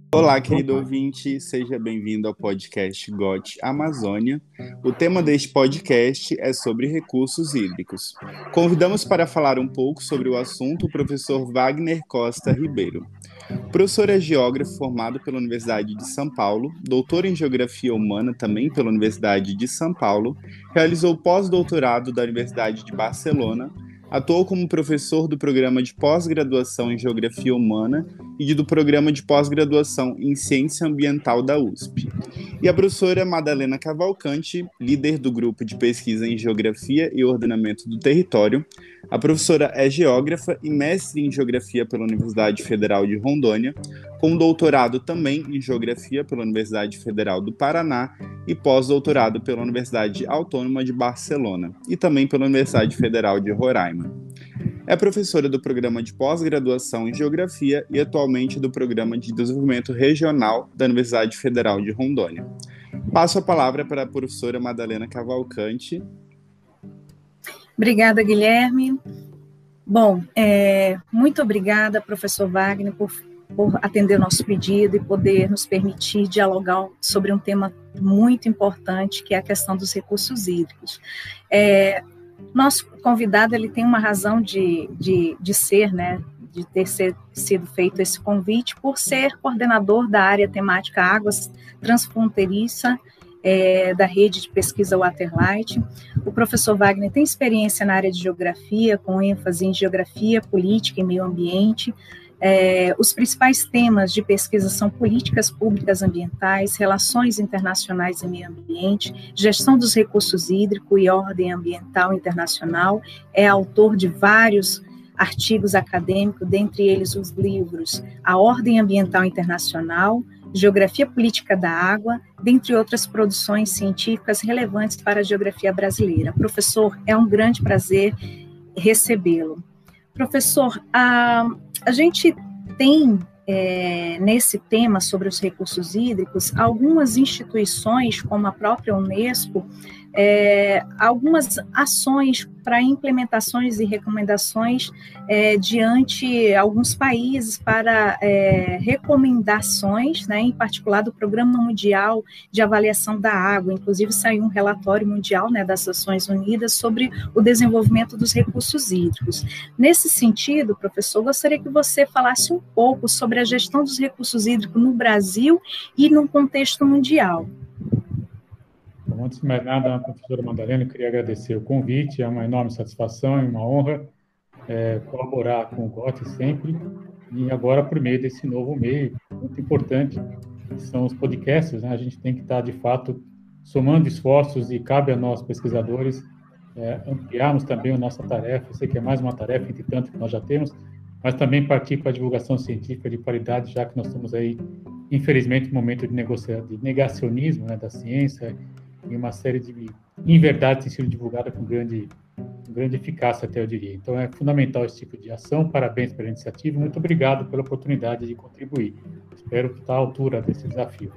Olá, querido ouvinte, seja bem-vindo ao podcast GOT Amazônia. O tema deste podcast é sobre recursos hídricos. Convidamos para falar um pouco sobre o assunto o professor Wagner Costa Ribeiro. O professor é geógrafo formado pela Universidade de São Paulo, doutor em Geografia Humana também pela Universidade de São Paulo, realizou pós-doutorado da Universidade de Barcelona, atuou como professor do programa de pós-graduação em Geografia Humana e do programa de pós-graduação em Ciência Ambiental da USP. E a professora Madalena Cavalcante, líder do grupo de pesquisa em Geografia e Ordenamento do Território. A professora é geógrafa e mestre em Geografia pela Universidade Federal de Rondônia, com doutorado também em Geografia pela Universidade Federal do Paraná e pós-doutorado pela Universidade Autônoma de Barcelona e também pela Universidade Federal de Roraima. É professora do programa de pós-graduação em Geografia e atualmente do programa de desenvolvimento regional da Universidade Federal de Rondônia. Passo a palavra para a professora Madalena Cavalcante. Obrigada, Guilherme. Bom, muito obrigada, professor Wagner, por atender o nosso pedido e poder nos permitir dialogar sobre um tema muito importante, que é a questão dos recursos hídricos. Nosso convidado, ele tem uma razão de ser, né, de ter sido feito esse convite, por ser coordenador da área temática Águas Transfronteiriça, da rede de pesquisa Waterlight. O professor Wagner tem experiência na área de geografia, com ênfase em geografia, política e meio ambiente. Os principais temas de pesquisa são políticas públicas ambientais, relações internacionais e meio ambiente, gestão dos recursos hídricos e ordem ambiental internacional. É autor de vários artigos acadêmicos, dentre eles os livros A Ordem Ambiental Internacional, Geografia Política da Água, dentre outras produções científicas relevantes para a geografia brasileira. Professor, é um grande prazer recebê-lo. Professor, a gente tem, nesse tema sobre os recursos hídricos, algumas instituições, como a própria Unesco, algumas ações para implementações e recomendações diante alguns países para recomendações, né, em particular do Programa Mundial de Avaliação da Água. Inclusive saiu um relatório mundial, né, das Nações Unidas sobre o desenvolvimento dos recursos hídricos. Nesse sentido, professor, gostaria que você falasse um pouco sobre a gestão dos recursos hídricos no Brasil e no contexto mundial. Bom, antes de mais nada, professora Madalena, eu queria agradecer o convite, é uma enorme satisfação e uma honra colaborar com o GOT sempre, e agora por meio desse novo meio, muito importante, que são os podcasts, né? A gente tem que estar, de fato, somando esforços, e cabe a nós, pesquisadores, ampliarmos também a nossa tarefa. Eu sei que é mais uma tarefa, entre tanto que nós já temos, mas também partir para a divulgação científica de qualidade, já que nós estamos aí, infelizmente, no momento de negacionismo, né, da ciência, e uma série de inverdades têm sido divulgadas com grande eficácia, até eu diria. Então, é fundamental esse tipo de ação. Parabéns pela iniciativa. Muito obrigado pela oportunidade de contribuir. Espero que está à altura desse desafio.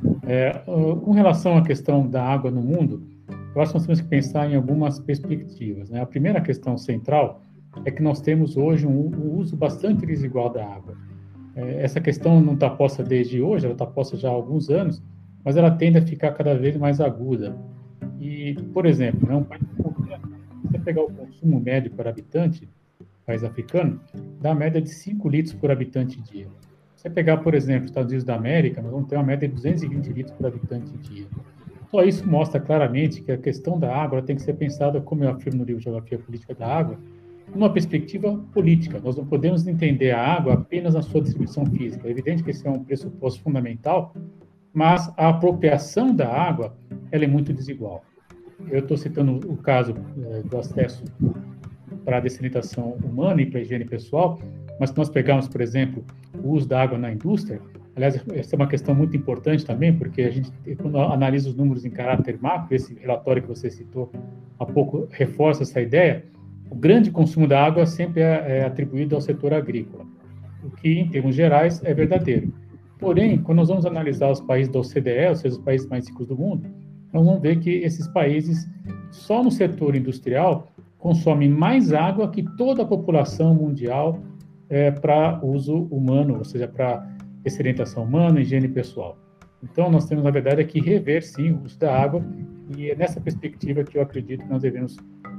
Com relação à questão da água no mundo, eu acho que nós temos que pensar em algumas perspectivas, né? A primeira questão central é que nós temos hoje um uso bastante desigual da água. Essa questão não está posta desde hoje, ela está posta já há alguns anos, mas ela tende a ficar cada vez mais aguda. E, por exemplo, né, um país, se você pegar o consumo médio por habitante, país africano, dá a média de 5 litros por habitante dia. Se você pegar, por exemplo, os Estados Unidos da América, nós vamos ter uma média de 220 litros por habitante dia. Só isso mostra claramente que a questão da água tem que ser pensada, como eu afirmo no livro Geografia Política da Água, numa perspectiva política. Nós não podemos entender a água apenas na sua distribuição física. É evidente que esse é um pressuposto fundamental, mas a apropriação da água, ela é muito desigual. Eu estou citando o caso do acesso para a dessalinização humana e para a higiene pessoal, mas se nós pegarmos, por exemplo, o uso da água na indústria, aliás, essa é uma questão muito importante também, porque a gente, quando analisa os números em caráter macro, esse relatório que você citou há pouco reforça essa ideia, o grande consumo da água sempre é atribuído ao setor agrícola, o que, em termos gerais, é verdadeiro. Porém, quando nós vamos analisar os países da OCDE, ou seja, os países mais ricos do mundo, nós vamos ver que esses países, só no setor industrial, consomem mais água que toda a população mundial para uso humano, ou seja, para dessedentação humana, higiene pessoal. Então, nós temos, na verdade, que rever, sim, o uso da água, e é nessa perspectiva que eu acredito que nós devemos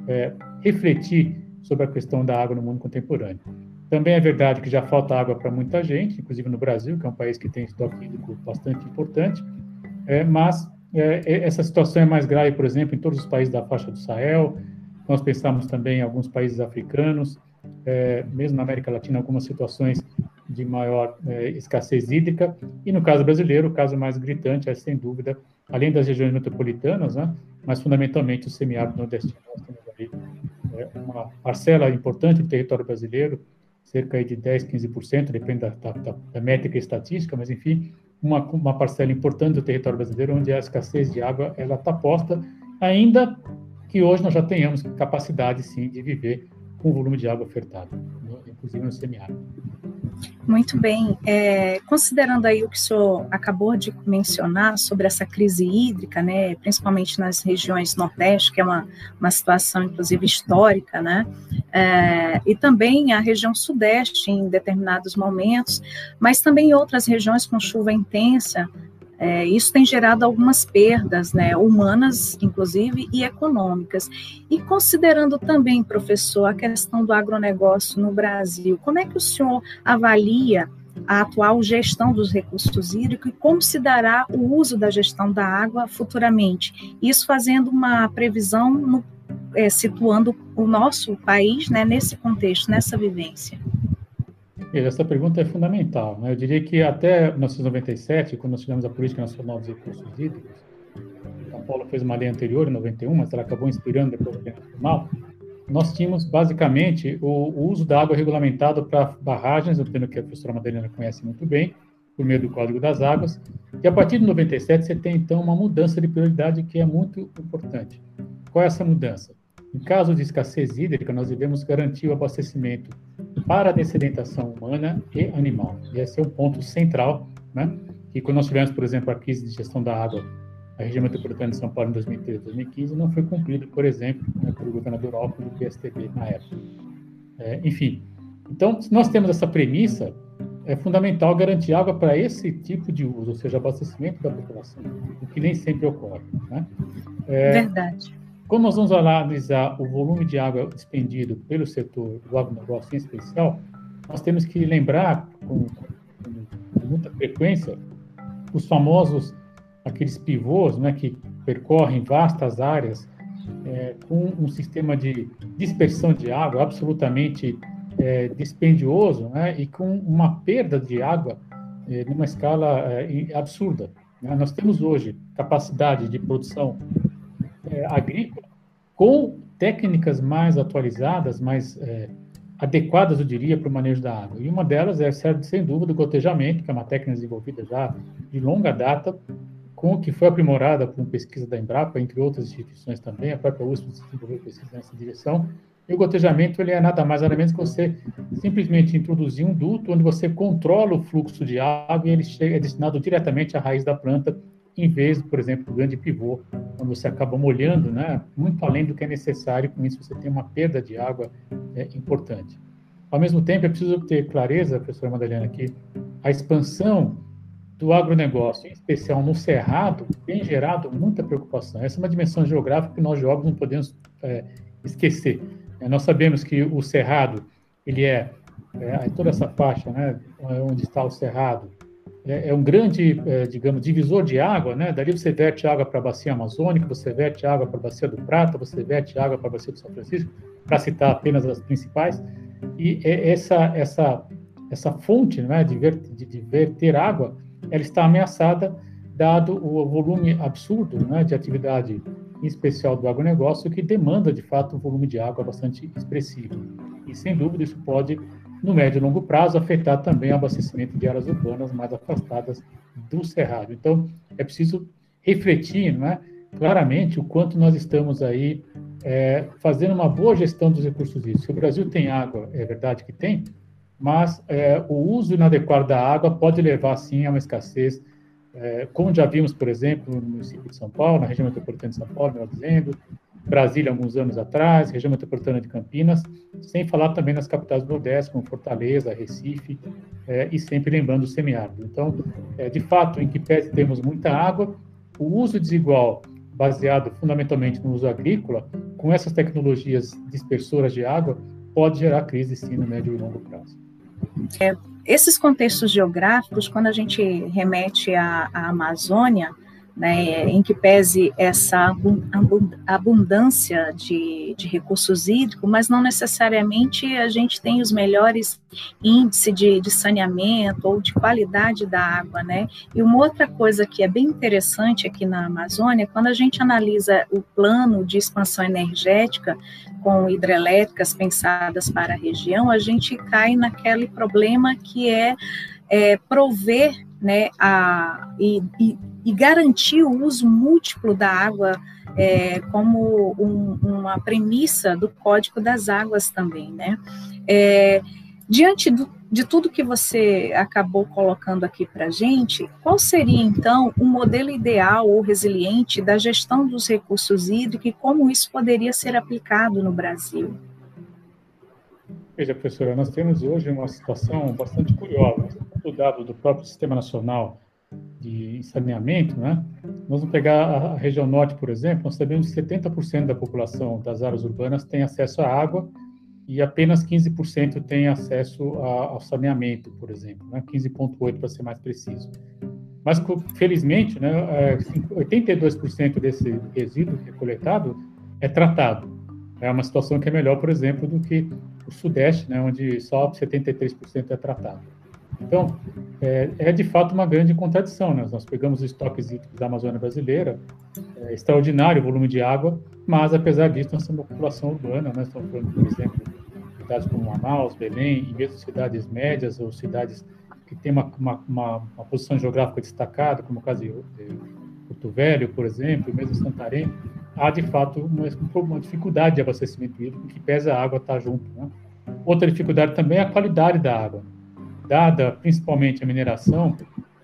refletir sobre a questão da água no mundo contemporâneo. Também é verdade que já falta água para muita gente, inclusive no Brasil, que é um país que tem estoque hídrico bastante importante, mas essa situação é mais grave, por exemplo, em todos os países da faixa do Sahel. Nós pensamos também em alguns países africanos, mesmo na América Latina, algumas situações de maior escassez hídrica, e no caso brasileiro, o caso mais gritante é, sem dúvida, além das regiões metropolitanas, né, mas fundamentalmente o semiárido nordestino. Nós temos ali uma parcela importante do território brasileiro, cerca de 10%, 15%, depende da métrica estatística, mas, enfim, uma parcela importante do território brasileiro onde a escassez de água ela está posta, ainda que hoje nós já tenhamos capacidade, sim, de viver com o volume de água ofertado, inclusive no semiárido. Muito bem. Considerando aí o que o senhor acabou de mencionar sobre essa crise hídrica, né, principalmente nas regiões Nordeste, que é uma situação, inclusive, histórica, né, e também a região Sudeste em determinados momentos, mas também em outras regiões com chuva intensa, isso tem gerado algumas perdas, né, humanas, inclusive, e econômicas. E considerando também, professor, a questão do agronegócio no Brasil, como é que o senhor avalia a atual gestão dos recursos hídricos e como se dará o uso da gestão da água futuramente? Isso fazendo uma previsão, situando o nosso país, né, nesse contexto, nessa vivência. Essa pergunta é fundamental, né? Eu diria que até 1997, quando nós tivemos a Política Nacional dos Recursos Hídricos, a Paula fez uma lei anterior, em 91, mas ela acabou inspirando depois a Lei Nacional, nós tínhamos, basicamente, o uso da água regulamentado para barragens, eu entendo que a professora Madalena conhece muito bem, por meio do Código das Águas, e a partir de 97 você tem, então, uma mudança de prioridade que é muito importante. Qual é essa mudança? Em caso de escassez hídrica, nós devemos garantir o abastecimento para a dessedentação humana e animal. E esse é um ponto central, né? E quando nós tivemos, por exemplo, a crise de gestão da água na região metropolitana de São Paulo em 2013, 2015, não foi cumprido, por exemplo, né, pelo governador Alckmin do PSDB na época. Enfim, então, se nós temos essa premissa, é fundamental garantir água para esse tipo de uso, ou seja, abastecimento da população, o que nem sempre ocorre, né? Verdade. Quando nós vamos analisar o volume de água expendido pelo setor do agronegócio em especial, nós temos que lembrar com muita frequência os famosos, aqueles pivôs, né, que percorrem vastas áreas com um sistema de dispersão de água absolutamente dispendioso, né, e com uma perda de água numa escala absurda, né? Nós temos hoje capacidade de produção agrícola com técnicas mais atualizadas, mais adequadas, eu diria, para o manejo da água. E uma delas serve, sem dúvida, o gotejamento, que é uma técnica desenvolvida já de longa data, que foi aprimorada por pesquisa da Embrapa, entre outras instituições também, a própria USP desenvolveu pesquisa nessa direção. E o gotejamento ele é nada mais nada menos que você simplesmente introduzir um duto onde você controla o fluxo de água e ele é destinado diretamente à raiz da planta, em vez, por exemplo, do grande pivô, quando você acaba molhando, né, muito além do que é necessário, com isso você tem uma perda de água importante. Ao mesmo tempo, é preciso ter clareza, professora Madalena, que a expansão do agronegócio, em especial no Cerrado, tem gerado muita preocupação. Essa é uma dimensão geográfica que nós geólogos não podemos esquecer. Nós sabemos que o Cerrado, ele toda essa faixa, né, onde está o Cerrado, é um grande, digamos, divisor de água, né? Dali você verte água para a bacia amazônica, você verte água para a bacia do Prata, você verte água para a bacia do São Francisco, para citar apenas as principais. E essa fonte, né, de verter água, ela está ameaçada, dado o volume absurdo, né, de atividade, em especial do agronegócio, que demanda, de fato, um volume de água bastante expressivo. E, sem dúvida, isso pode, no médio e longo prazo, afetar também o abastecimento de áreas urbanas mais afastadas do Cerrado. Então, é preciso refletir, não é, claramente o quanto nós estamos aí fazendo uma boa gestão dos recursos hídricos. O Brasil tem água, é verdade que tem, mas o uso inadequado da água pode levar, sim, a uma escassez como já vimos, por exemplo, no município de São Paulo, na região metropolitana de São Paulo, melhor dizendo, Brasília, alguns anos atrás, região metropolitana de Campinas, sem falar também nas capitais do Nordeste, como Fortaleza, Recife, e sempre lembrando o semiárido. Então, de fato, em que pese temos muita água, o uso desigual, baseado fundamentalmente no uso agrícola, com essas tecnologias dispersoras de água, pode gerar crise, sim, no médio e longo prazo. Esses contextos geográficos, quando a gente remete à Amazônia, né, em que pese essa abundância de recursos hídricos, mas não necessariamente a gente tem os melhores índices de saneamento ou de qualidade da água, né? E uma outra coisa que é bem interessante aqui na Amazônia, quando a gente analisa o plano de expansão energética com hidrelétricas pensadas para a região, a gente cai naquele problema que é prover, né, e garantir o uso múltiplo da água como uma premissa do Código das Águas também, né? Diante de tudo que você acabou colocando aqui para a gente, qual seria, então, o modelo ideal ou resiliente da gestão dos recursos hídricos e como isso poderia ser aplicado no Brasil? Veja, professora, nós temos hoje uma situação bastante curiosa. O dado do próprio Sistema Nacional de Saneamento, né? Nós vamos pegar a região norte, por exemplo, nós sabemos que 70% da população das áreas urbanas tem acesso à água e apenas 15% tem acesso ao saneamento, por exemplo, né? 15,8% para ser mais preciso. Mas, felizmente, né, 82% desse resíduo que é coletado é tratado. É uma situação que é melhor, por exemplo, do que o Sudeste, né, onde só 73% é tratado. Então, de fato uma grande contradição, né? Nós pegamos os estoques hídricos da Amazônia brasileira, extraordinário o volume de água, mas, apesar disso, nós temos uma população urbana, né? Estamos falando, por exemplo, de cidades como Manaus, Belém, e mesmo cidades médias ou cidades que têm uma posição geográfica destacada, como o caso de Porto Velho, por exemplo, mesmo Santarém, há, de fato, uma dificuldade de abastecimento hídrico, que pesa a água estar junto, né? Outra dificuldade também é a qualidade da água. Dada principalmente a mineração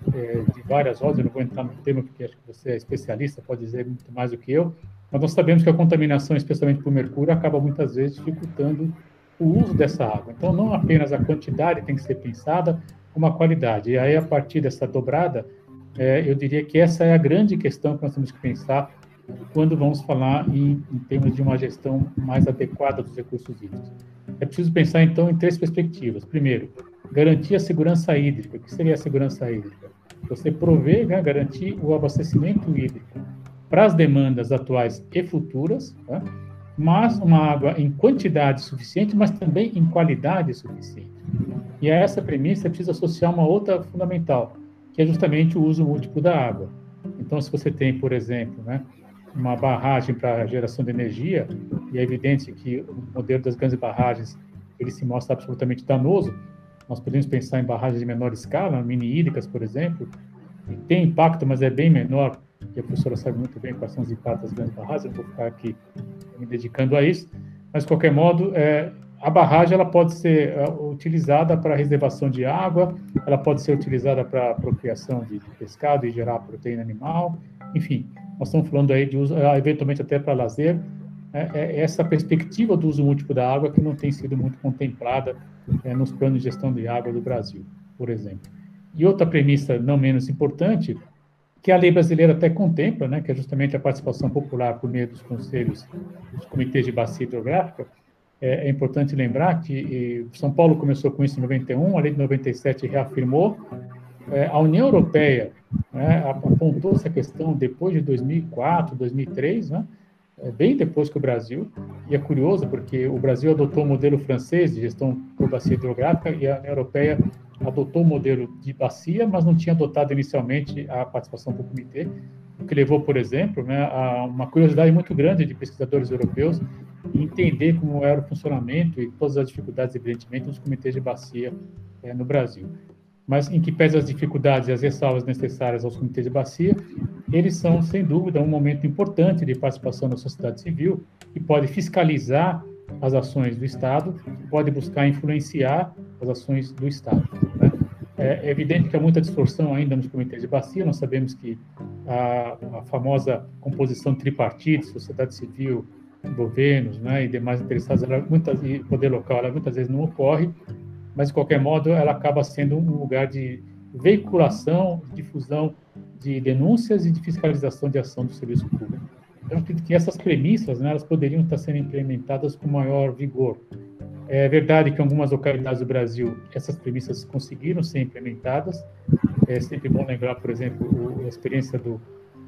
de várias rodas, eu não vou entrar no tema porque acho que você é especialista, pode dizer muito mais do que eu, mas nós sabemos que a contaminação, especialmente por mercúrio, acaba muitas vezes dificultando o uso dessa água. Então, não apenas a quantidade tem que ser pensada, como a qualidade. E aí, a partir dessa dobrada, eu diria que essa é a grande questão que nós temos que pensar quando vamos falar em termos de uma gestão mais adequada dos recursos hídricos. É preciso pensar, então, em três perspectivas. Primeiro, garantir a segurança hídrica. O que seria a segurança hídrica? Você prover, né, garantir o abastecimento hídrico para as demandas atuais e futuras, tá? Mas uma água em quantidade suficiente, mas também em qualidade suficiente. E a essa premissa é preciso associar uma outra fundamental, que é justamente o uso múltiplo da água. Então, se você tem, por exemplo, né, uma barragem para geração de energia, e é evidente que o modelo das grandes barragens ele se mostra absolutamente danoso, nós podemos pensar em barragens de menor escala, mini-hídricas, por exemplo, que tem impacto, mas é bem menor, e a professora sabe muito bem quais são os impactos das grandes barragens, eu não vou ficar aqui me dedicando a isso, mas, de qualquer modo, a barragem ela pode ser utilizada para reservação de água, ela pode ser utilizada para procriação de pescado e gerar proteína animal, enfim, nós estamos falando aí de uso, eventualmente até para lazer, essa perspectiva do uso múltiplo da água que não tem sido muito contemplada nos planos de gestão de água do Brasil, por exemplo. E outra premissa não menos importante, que a lei brasileira até contempla, né, que é justamente a participação popular por meio dos conselhos, dos comitês de bacia hidrográfica. É importante lembrar que São Paulo começou com isso em 91, a lei de 97 reafirmou, a União Europeia, né, apontou essa questão depois de 2004, 2003, né, bem depois que o Brasil, e é curioso porque o Brasil adotou o modelo francês de gestão por bacia hidrográfica e a União Europeia adotou o modelo de bacia, mas não tinha adotado inicialmente a participação do comitê, o que levou, por exemplo, né, a uma curiosidade muito grande de pesquisadores europeus em entender como era o funcionamento e todas as dificuldades, evidentemente, dos comitês de bacia no Brasil. Mas, em que pese as dificuldades e as ressalvas necessárias aos comitês de bacia, eles são, sem dúvida, um momento importante de participação da sociedade civil, que pode fiscalizar as ações do Estado, que pode buscar influenciar as ações do Estado, né? É evidente que há muita distorção ainda nos comitês de bacia. Nós sabemos que a famosa composição tripartite, sociedade civil, governos, né, e demais interessados, e poder local, ela muitas vezes não ocorre, mas, de qualquer modo, ela acaba sendo um lugar de veiculação, difusão de denúncias e de fiscalização de ação do serviço público. Então, acredito que essas premissas, né, elas poderiam estar sendo implementadas com maior vigor. É verdade que em algumas localidades do Brasil essas premissas conseguiram ser implementadas. É sempre bom lembrar, por exemplo, a experiência do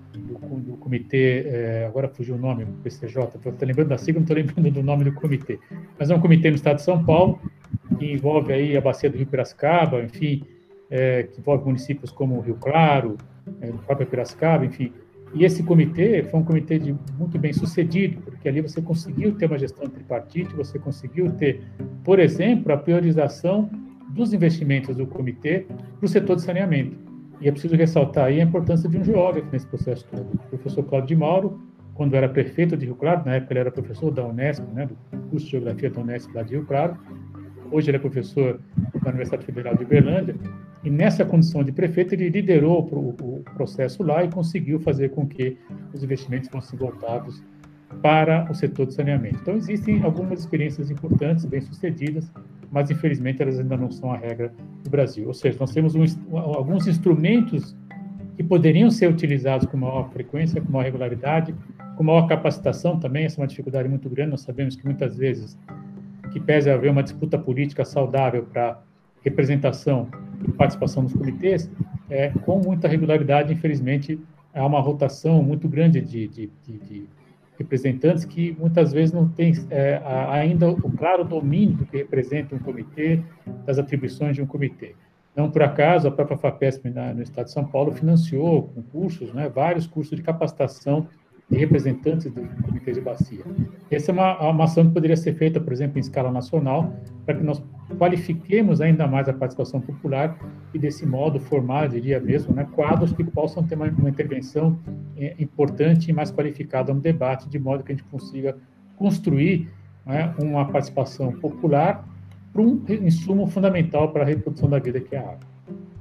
comitê, agora fugiu o nome, o PCJ, estou lembrando da sigla, não estou lembrando do nome do comitê, mas é um comitê no estado de São Paulo, que envolve aí a bacia do Rio Piracicaba, enfim, que envolve municípios como Rio Claro, o próprio Piracicaba, enfim. E esse comitê foi um comitê muito bem sucedido, porque ali você conseguiu ter uma gestão tripartite, você conseguiu ter, por exemplo, a priorização dos investimentos do comitê para o setor de saneamento. E é preciso ressaltar aí a importância de um geógrafo nesse processo todo. O professor Cláudio de Mauro, quando era prefeito de Rio Claro, na época ele era professor da Unesp, né, do curso de Geografia da Unesp lá de Rio Claro, hoje ele é professor da Universidade Federal de Uberlândia, e nessa condição de prefeito ele liderou o processo lá e conseguiu fazer com que os investimentos fossem voltados para o setor de saneamento. Então, existem algumas experiências importantes, bem-sucedidas, mas, infelizmente, elas ainda não são a regra do Brasil. Ou seja, nós temos alguns instrumentos que poderiam ser utilizados com maior frequência, com maior regularidade, com maior capacitação também. Essa é uma dificuldade muito grande. Nós sabemos que, muitas vezes, que pese haver uma disputa política saudável para representação e participação nos comitês, com muita regularidade, infelizmente, há uma rotação muito grande de representantes que muitas vezes não têm ainda o claro domínio do que representa um comitê, das atribuições de um comitê. Não por acaso, a própria FAPESP no estado de São Paulo financiou com cursos, né, vários cursos de capacitação de representantes do comitê de bacia. Essa é uma ação que poderia ser feita, por exemplo, em escala nacional, para que nós qualifiquemos ainda mais a participação popular e, desse modo, formar, diria mesmo, né, quadros que possam ter uma intervenção importante e mais qualificada no debate, de modo que a gente consiga construir, né, uma participação popular para um insumo fundamental para a reprodução da vida, que é a água.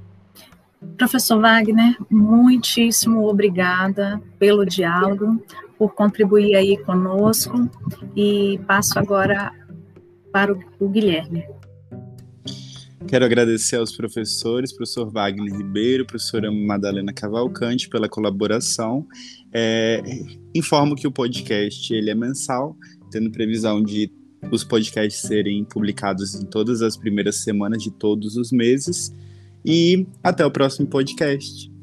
Professor Wagner, muitíssimo obrigada pelo diálogo, por contribuir aí conosco, e passo agora para o Guilherme. Quero agradecer aos professores, professor Wagner Ribeiro, professora Madalena Cavalcante, pela colaboração. Informo que o podcast ele é mensal, tendo previsão de os podcasts serem publicados em todas as primeiras semanas de todos os meses. E até o próximo podcast.